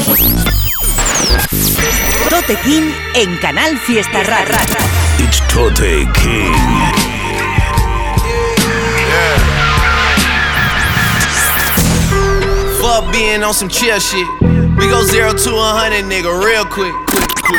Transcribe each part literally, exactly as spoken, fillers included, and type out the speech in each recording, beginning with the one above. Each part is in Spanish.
Tote King en Canal Fiesta Radio. It's Tote King. Fuck being on some chill shit. We go zero to a hundred, nigga, real quick, quick, quick.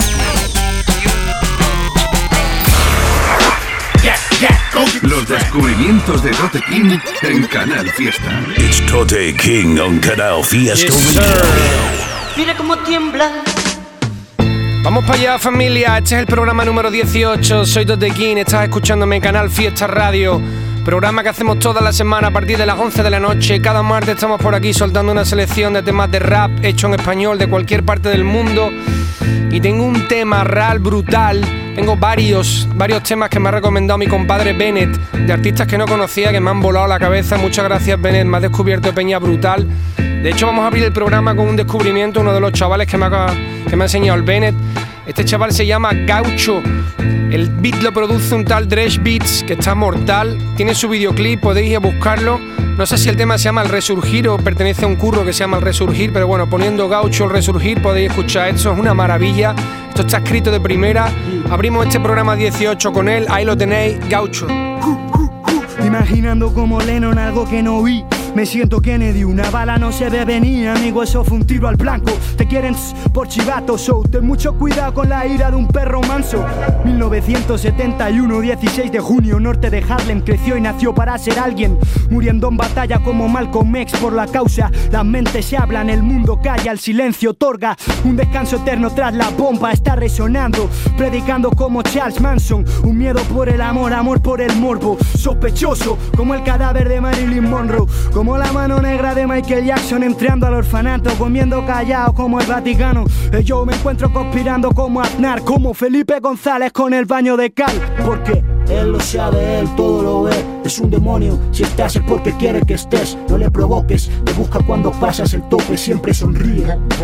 Los descubrimientos de Tote King en Canal Fiesta. It's Tote King on Canal Fiesta Radio. Mira cómo tiembla. Vamos para allá, familia. Este es el programa número dieciocho. Soy Tote King. Estás escuchándome en Canal Fiesta Radio. Programa que hacemos toda la semana a partir de las once de la noche. Cada martes estamos por aquí soltando una selección de temas de rap hecho en español de cualquier parte del mundo. Y tengo un tema real brutal. Tengo varios, varios temas que me ha recomendado mi compadre Bennett, de artistas que no conocía, que me han volado la cabeza. Muchas gracias, Bennett, me has descubierto peña brutal. De hecho, vamos a abrir el programa con un descubrimiento, uno de los chavales que me ha, que me ha enseñado el Bennett. Este chaval se llama Gaucho. El beat lo produce un tal Dresh Beats, que está mortal. Tiene su videoclip, podéis ir a buscarlo. No sé si el tema se llama El Resurgir o pertenece a un curro que se llama El Resurgir, pero bueno, poniendo Gaucho El Resurgir podéis escuchar esto, es una maravilla. Esto está escrito de primera. Abrimos este programa dieciocho con él, ahí lo tenéis, Gaucho. Imaginando como Lennon algo que no vi. Me siento Kennedy, una bala no se ve venir, amigo, eso fue un tiro al blanco. Te quieren por chivato, so ten mucho cuidado con la ira de un perro manso. mil novecientos setenta y uno, dieciséis de junio, norte de Harlem, creció y nació para ser alguien. Muriendo en batalla como Malcolm X por la causa. Las mentes se hablan, el mundo calla, el silencio otorga un descanso eterno tras la bomba. Está resonando, predicando como Charles Manson. Un miedo por el amor, amor por el morbo. Sospechoso como el cadáver de Marilyn Monroe. Como la mano negra de Michael Jackson entrando al orfanato, comiendo callado como el Vaticano. Eh, Yo me encuentro conspirando como Aznar, como Felipe González con el baño de cal. Porque él lo sabe, él todo lo ve. Es un demonio, si estás es porque quiere que estés. No le provoques, te busca cuando pasas el tope, siempre sonríe.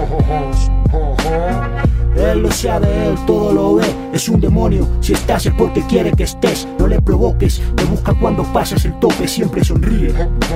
Él lo sabe, él todo lo ve. Es un demonio, si estás es porque quiere que estés. No le provoques, te busca cuando pasas el tope, siempre sonríe.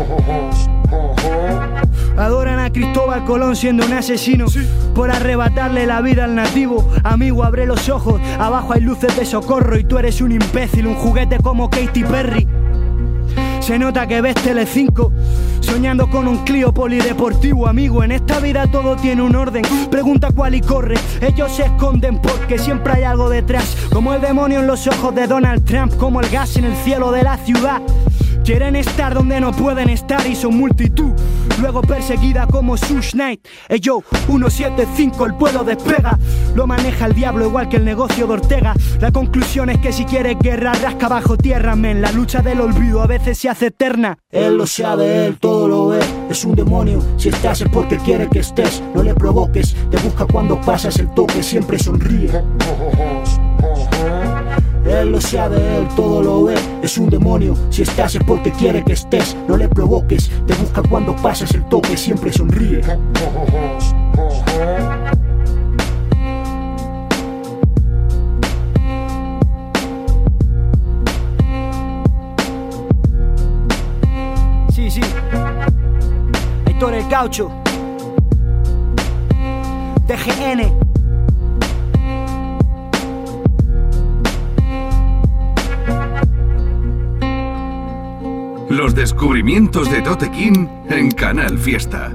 Adoran a Cristóbal Colón siendo un asesino, sí, por arrebatarle la vida al nativo. Amigo, abre los ojos, abajo hay luces de socorro. Y tú eres un imbécil, un juguete como Katy Perry. Se nota que ves Telecinco, soñando con un Clio polideportivo, amigo. En esta vida todo tiene un orden, pregunta cuál y corre. Ellos se esconden porque siempre hay algo detrás, como el demonio en los ojos de Donald Trump, como el gas en el cielo de la ciudad. Quieren estar donde no pueden estar y son multitud, luego perseguida como Suge Knight. Ey yo, ciento setenta y cinco, el vuelo despega. Lo maneja el diablo igual que el negocio de Ortega. La conclusión es que si quieres guerra, rasca bajo tierra, men. La lucha del olvido a veces se hace eterna. Él lo sabe, él todo lo ve. Es un demonio, si estás es porque quiere que estés. No le provoques, te busca cuando pasas el toque, siempre sonríe. Él lo sabe, él todo lo ve. Es un demonio, si estás es porque quiere que estés. No le provoques, te busca cuando pasas el toque, siempre sonríe. Sí, sí, Héctor el Gaucho, D G N. Los descubrimientos de Tote King en Canal Fiesta.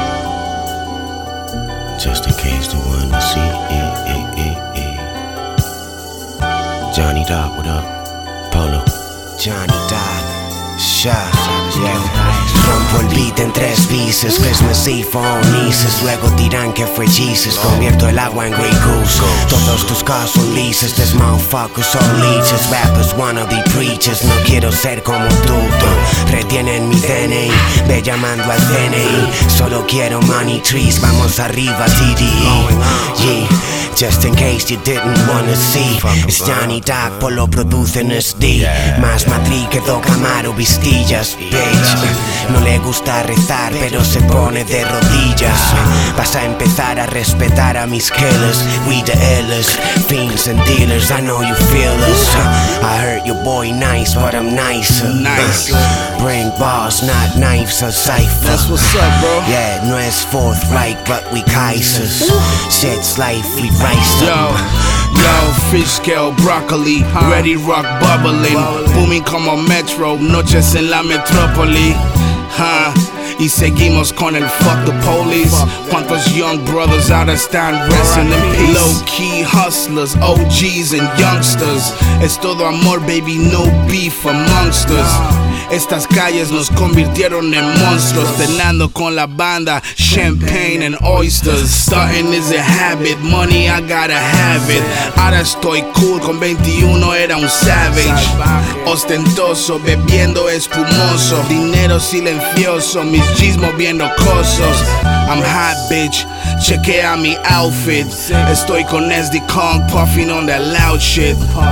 Just in case the one to see, eh, eh, eh, eh. Johnny Dog, what up? Polo. Johnny Dog, Shah, yeah. Rompo el beat en tres pieces, Christmas Eve for nieces. Luego dirán que fue Jesus, convierto el agua en Grey Goose. Todos tus cars son leases, this motherfuckers son leeches. Rappers wanna be preachers, no quiero ser como tú, tú. Retienen mi D N I, ve llamando al C N I. Solo quiero money trees, vamos arriba T D E. Yeah, just in case you didn't wanna see, es Johnny Dog, Polo produce en S D. Más Madrid que Do Camaro, Vistillas, bitch. No le gusta rezar, pero se pone de rodillas. Vas a empezar a respetar a mis killers. We the illest, fiends and dealers. I know you feel us. uh, I heard your boy nice, but I'm nicer. Nice. uh, Bring balls, not knives or cipher. That's what's up, bro. Yeah, no es forthright, but we Kaisers. Shit's life, we rise Yo, up. yo, fish scale, broccoli, ready rock bubbling, booming como metro, noches en la metrópoli. Huh. Y seguimos con el fuck the police. Cuántos young brothers out of stand resting in peace. Low key hustlers, O Gs and youngsters. Es todo amor, baby, no beef amongst us. Estas calles nos convirtieron en monstruos. Cenando con la banda, champagne and oysters. Starting is a habit, money I gotta have it. Ahora estoy cool, con veintiuno era un savage. Ostentoso, bebiendo espumoso. Dinero silencioso, mis G's moviendo cosos. I'm hot, bitch, chequea mi outfit. Estoy con S D Kong, puffing on that loud shit.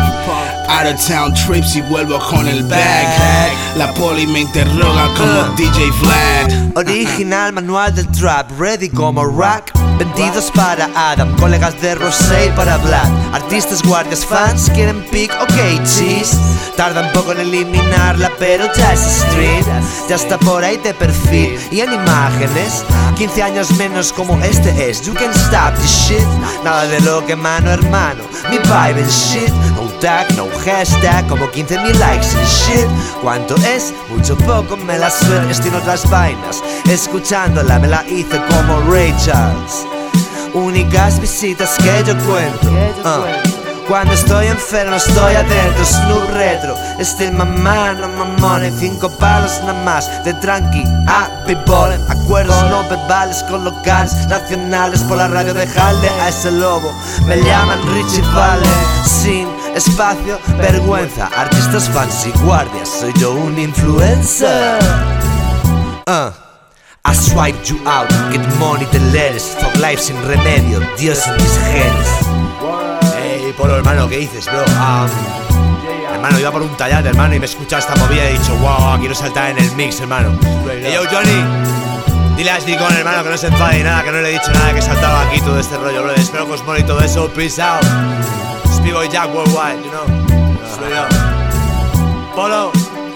Out of town trips y vuelvo con el bag. La poli me interroga como D J Vlad. Original manual del trap, ready como rock. Vendidos para Adam, colegas de Rosé para Vlad. Artistas, guardias, fans, quieren pick, ok, cheese. Tardan poco en eliminarla, pero ya es street. Ya está por ahí de perfil y en imágenes. quince años menos como este es. You can stop this shit. Nada de lo que mano hermano. Mi vibe and shit. No tag, no hashtag. Como quince mil likes and shit. ¿Cuánto es? Mucho poco, me la suerte. Estoy en otras vainas. Escuchándola me la hice como Ray Charles. Únicas visitas que yo cuento. uh. Cuando estoy enfermo estoy adentro. Snoop retro, still my man, no mamón. Cinco palos nada más, de tranqui a b-ballin'. Acuerdos no verbales con locales nacionales. Por la radio dejarle a ese lobo. Me llaman Richie Vale. Sin espacio, vergüenza. Artistas, fans y guardias. Soy yo un influencer. uh. I swipe you out, get money the letters. Fuck life sin remedio, Dios en mis genes. Hey, Polo, hermano, ¿qué dices, bro? Um, hermano, iba por un tallate, hermano, y me he escuchado esta movida y he dicho, wow, quiero saltar en el mix, hermano. Hey, yo, Johnny, dile a Ashley con hermano, que no se enfade nada, que no le he dicho nada, que he saltado aquí todo este rollo, bro. Espero Cosmol y todo eso, peace out. Speedboy Jack worldwide, you know. Straight up. Polo.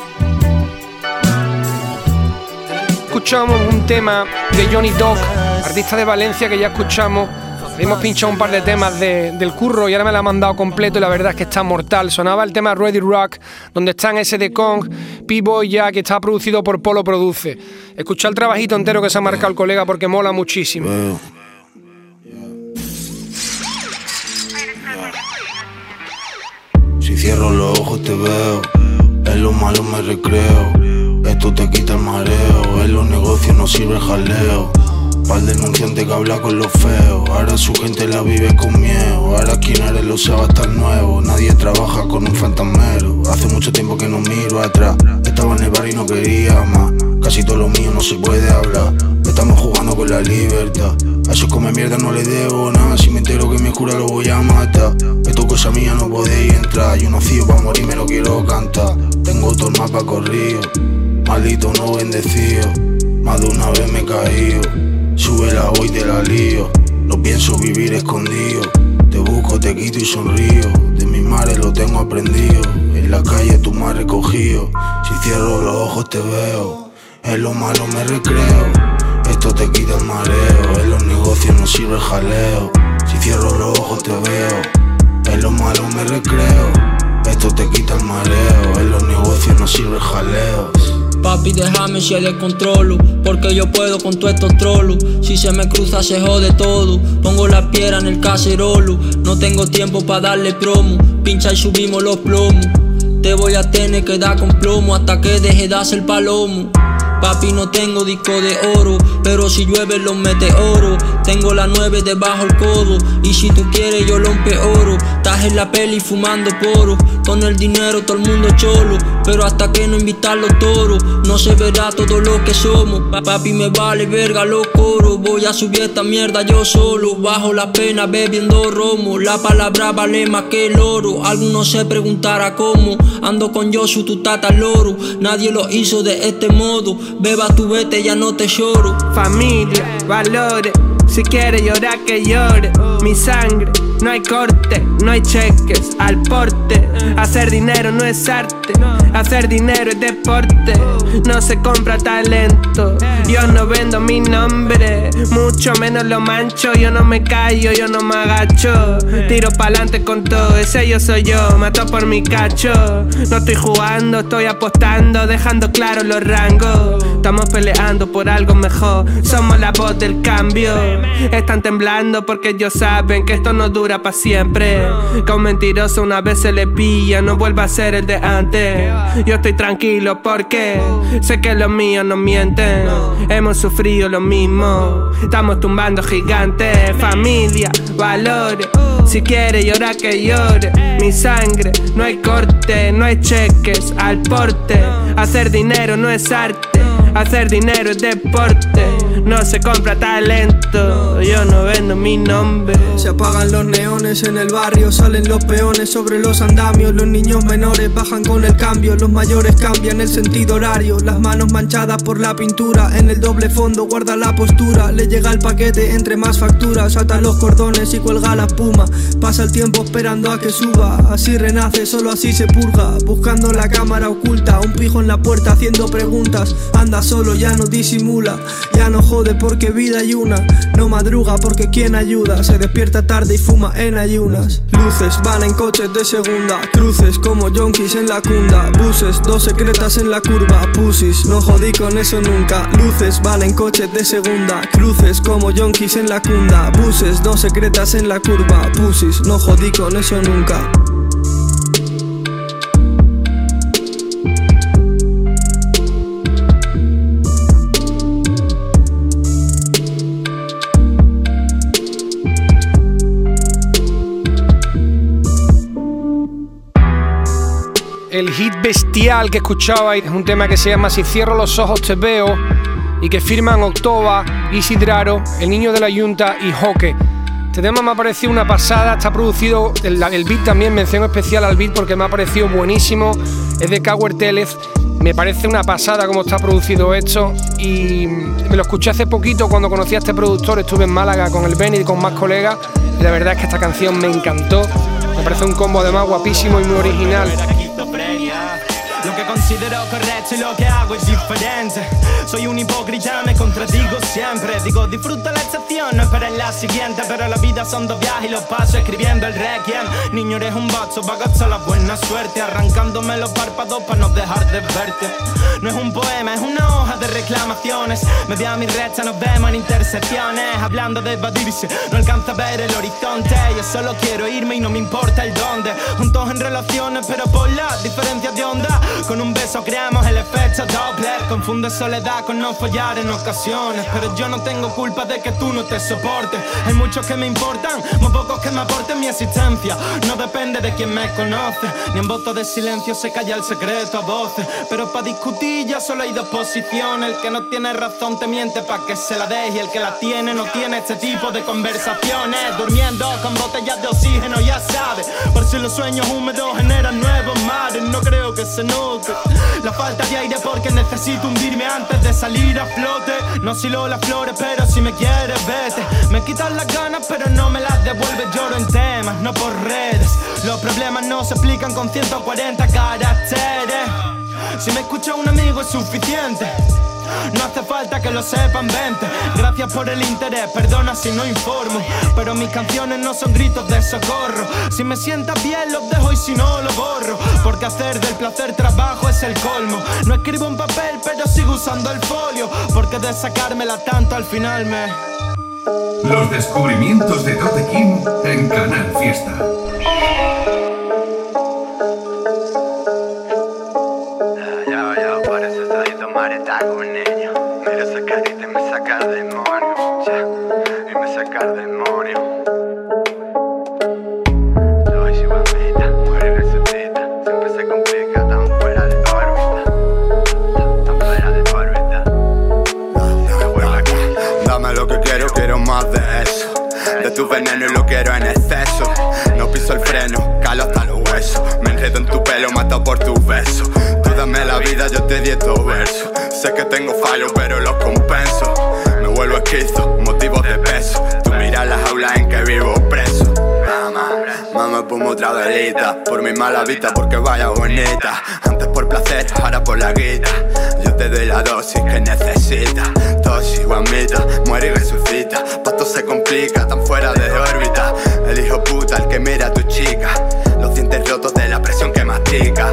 Escuchamos un tema de Johnny Dog, artista de Valencia, que ya escuchamos. Hemos pinchado un par de temas de, del curro y ahora me lo ha mandado completo y la verdad es que está mortal. Sonaba el tema Ready Rock, donde están S D Kong, P-Boy ya, que está producido por Polo Produce. Escucha el trabajito entero que se ha marcado el colega porque mola muchísimo. Well, si cierro los ojos te veo, en lo malo me recreo. Esto te quita el mareo, en los negocios no sirve el jaleo. Pa'l denunciante que habla con los feos. Ahora su gente la vive con miedo. Ahora quien eres lo sabe hasta el nuevo. Nadie trabaja con un fantasmero. Hace mucho tiempo que no miro atrás. Estaba en el bar y no quería más. Casi todo lo mío no se puede hablar. Estamos jugando con la libertad. A esos come mierda no le debo nada. Si me entero que me jura lo voy a matar. Esto cosa mía no podéis entrar. Yo nací pa' morir, me lo quiero cantar. Tengo todo el mapa corrido. Maldito no bendecido. Más de una vez me he caído. Súbela hoy te la lío. No pienso vivir escondido. Te busco, te quito y sonrío. De mis mares lo tengo aprendido. En la calle tú me has recogido. Si cierro los ojos te veo. En lo malo me recreo. Esto te quita el mareo. En los negocios no sirve el jaleo. Si cierro los ojos te veo. En lo malo me recreo. Esto te quita el mareo. En los negocios no sirve el jaleo. Papi, déjame si descontrolo, porque yo puedo con todos estos trolos. Si se me cruza se jode todo. Pongo la piedra en el cacerolo. No tengo tiempo para darle promo. Pincha y subimos los plomos. Te voy a tener que dar con plomo hasta que deje de hacer palomo. Papi, no tengo disco de oro, pero si llueve los meteoros. Tengo la nueve debajo el codo, y si tú quieres yo lo empeoro. Estás en la peli fumando poro, con el dinero todo el mundo cholo. Pero hasta que no invitan los toros, no se verá todo lo que somos. Papi, me vale verga los coros. Voy a subir esta mierda yo solo, bajo la pena bebiendo romo. La palabra vale más que el oro. Algunos se preguntará cómo ando con Yosu, tu tata loro. Nadie lo hizo de este modo. Beba tu vete, ya no te lloro. Familia, valores, Si quiere llorar que llore, mi sangre, no hay corte, no hay cheques al porte. Hacer dinero no es arte, hacer dinero es deporte. No se compra talento, yo no vendo mi nombre, mucho menos lo mancho. Yo no me callo, yo no me agacho, tiro pa'lante con todo, ese yo soy yo, mato por mi cacho. No estoy jugando, estoy apostando, dejando claros los rangos. Estamos peleando por algo mejor, somos la voz del cambio. Están temblando porque ellos saben que esto no dura pa' siempre, que a un mentiroso una vez se le pilla, no vuelva a ser el de antes. Yo estoy tranquilo porque sé que los míos no mienten, hemos sufrido lo mismo, estamos tumbando gigantes. Familia, valores, si quiere llorar que llore, mi sangre, no hay corte, no hay cheques al porte. Hacer dinero no es arte, hacer dinero es deporte. No se compra talento, yo no vendo mi nombre. Se apagan los neones en el barrio, salen los peones sobre los andamios. Los niños menores bajan con el cambio, los mayores cambian el sentido horario. Las manos manchadas por la pintura, en el doble fondo guarda la postura. Le llega el paquete entre más facturas, ata los cordones y cuelga la espuma. Pasa el tiempo esperando a que suba, así renace, solo así se purga. Buscando la cámara oculta, un pijo en la puerta haciendo preguntas. Anda solo, ya no disimula, ya no jode porque vida hay una. No madruga porque quien ayuda, se despierta tarde y fuma en ayunas. Luces van en coches de segunda, cruces como yonkis en la cunda. Buses, dos secretas en la curva, pusis, no jodí con eso nunca. Luces van en coches de segunda, cruces como yonkis en la cunda. Buses, dos secretas en la curva, pusis, no jodí con eso nunca. El hit bestial que escuchabais es un tema que se llama Si cierro los ojos te veo y que firman Octoba, Isidro, El Niño de la Yunta y Joque. Este tema me ha parecido una pasada, está producido, el, el beat también, mención especial al beat porque me ha parecido buenísimo, es de Coward Tellez, me parece una pasada cómo está producido esto y me lo escuché hace poquito cuando conocí a este productor, estuve en Málaga con el Benny y con más colegas y la verdad es que esta canción me encantó, me parece un combo además guapísimo y muy original. Lo que considero correcto y lo que hago es diferente. Soy un hipócrita, me contradigo siempre. Digo, disfruto la estación, no esperes la siguiente. Pero la vida son dos viajes y los paso escribiendo el requiem. Niño, eres un bazo, vagazo la buena suerte. Arrancándome los párpados para no dejar de verte. No es un poema, es una hoja de reclamaciones. Me voy a mi recta, nos vemos en intersecciones. Hablando de evadirse, no alcanza a ver el horizonte. Yo solo quiero irme y no me importa el dónde. Juntos en relaciones, pero por las diferencias de onda. Con un beso creamos el efecto Doppler. Confunde soledad con no follar en ocasiones. Pero yo no tengo culpa de que tú no te soportes. Hay muchos que me importan, muy pocos que me aporten mi existencia. No depende de quien me conoce, ni en voto de silencio se calla el secreto a voces. Pero pa' discutir ya solo hay dos posiciones. El que no tiene razón te miente pa' que se la deje. Y el que la tiene no tiene este tipo de conversaciones. Durmiendo con botellas de oxígeno, ya sabes. Por si los sueños húmedos generan nuevos mares. No creo que se note la falta de aire porque necesito hundirme antes de salir a flote. No silo las flores pero si me quieres vete. Me quitas las ganas pero no me las devuelves. Lloro en temas, no por redes. Los problemas no se explican con ciento cuarenta caracteres. Si me escucha un amigo es suficiente. No hace falta que lo sepan veinte. Gracias por el interés, perdona si no informo. Pero mis canciones no son gritos de socorro. Si me sientas bien los dejo y si no lo borro. Porque hacer del placer trabajo es el colmo. No escribo en papel pero sigo usando el folio. Porque de sacármela tanto al final me... Los descubrimientos de Tote King en Canal Fiesta. Con ella, mira esa carita y me saca el demonio, yeah, y me saca el demonio. Soy su mamita, muere resucita, siempre se complica, tan fuera de órbita, tan fuera de órbita. Se me vuelve aquí. Dame lo que quiero, quiero más de eso. De tu veneno y lo quiero en exceso. No piso el freno, calo hasta los huesos. Me enredo en tu pelo, mato por tus besos. Tú dame la vida, yo te di estos versos. Sé que tengo fallos, pero los compenso. Me vuelvo esquizo, motivos de peso. fumo otra velita. Por mi mala vista, porque vaya bonita. Antes por placer, ahora por la guita. Yo te doy la dosis que necesitas. Toshi, guamita, muere y resucita. Pasto se complica, tan fuera de órbita. El hijo puta, el que mira a tu chica. Los dientes rotos de la presión que mastica.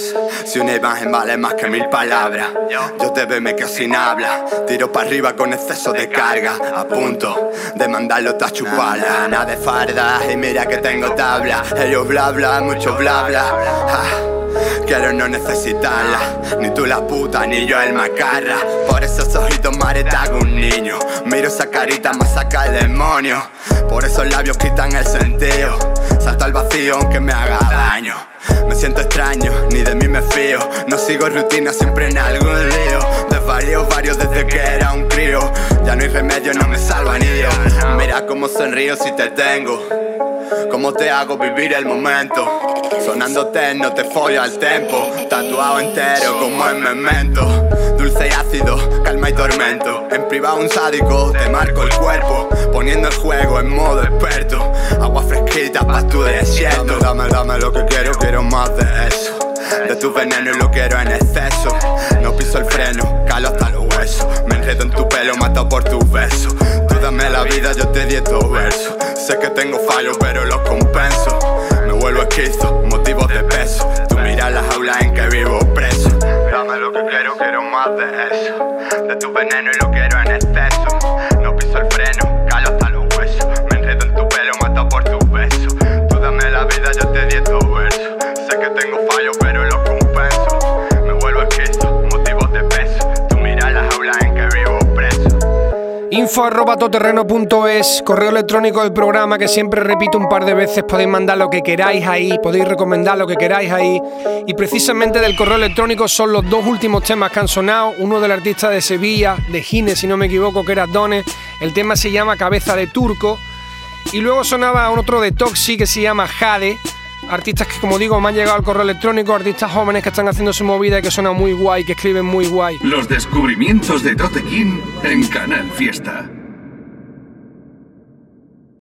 Si una imagen vale más que mil palabras, yo te veo y me quedo sin habla. Tiro para arriba con exceso de carga. A punto de mandarlo a chuparla. Nada de farda y mira que tengo tabla. Ellos bla bla, mucho bla bla. Ah. Quiero no necesitarla, ni tú la puta, ni yo el macarra. Por esos ojitos mares te hago un niño. Miro esa carita, más saca el demonio. Por esos labios quitan el sentido. Salto al vacío aunque me haga daño. Me siento extraño, ni de mí me fío. No sigo rutina, siempre en algún lío. Desvarío varios desde que era un crío. Ya no hay remedio, no me salva ni Dios. Mira cómo sonrío si te tengo. Cómo te hago vivir el momento. Sonando terno, te follo al tempo. Tatuado entero como en Memento. Dulce y ácido, calma y tormento. En privado un sádico, te marco el cuerpo. Poniendo el juego en modo experto. Agua fresquita pa' tu desierto. Dame, dame lo que quiero, quiero más de eso. De tu veneno y lo quiero en exceso. No piso el freno, calo hasta los huesos. Me enredo en tu pelo, mato por tus besos. Tú dame la vida, yo te di estos versos. Sé que tengo fallos, pero los compenso. Me vuelvo esquizo, motivos de peso. Tú miras la jaula en que vivo preso. Dame lo que quiero, quiero más de eso. De tu veneno y lo quiero en exceso. No piso el freno, calo hasta los huesos. Me enredo en tu pelo, mato por tus besos. Tú dame la vida, yo te di estos versos. Sé que tengo fallos, pero los compenso. Me vuelvo esquizo, motivos de peso. Tú miras la jaula en que vivo preso. info arroba todoterreno punto es, correo electrónico del programa que siempre repito un par de veces. Podéis mandar lo que queráis ahí, podéis recomendar lo que queráis ahí. Y precisamente del correo electrónico son los dos últimos temas que han sonado. Uno del artista de Sevilla, de Gine, si no me equivoco, que era Done. El tema se llama Cabeza de Turco. Y luego sonaba otro de Toxi que se llama Jade. Artistas que, como digo, me han llegado al correo electrónico. Artistas jóvenes que están haciendo su movida y que suenan muy guay, que escriben muy guay. Los descubrimientos de Tote King en Canal Fiesta.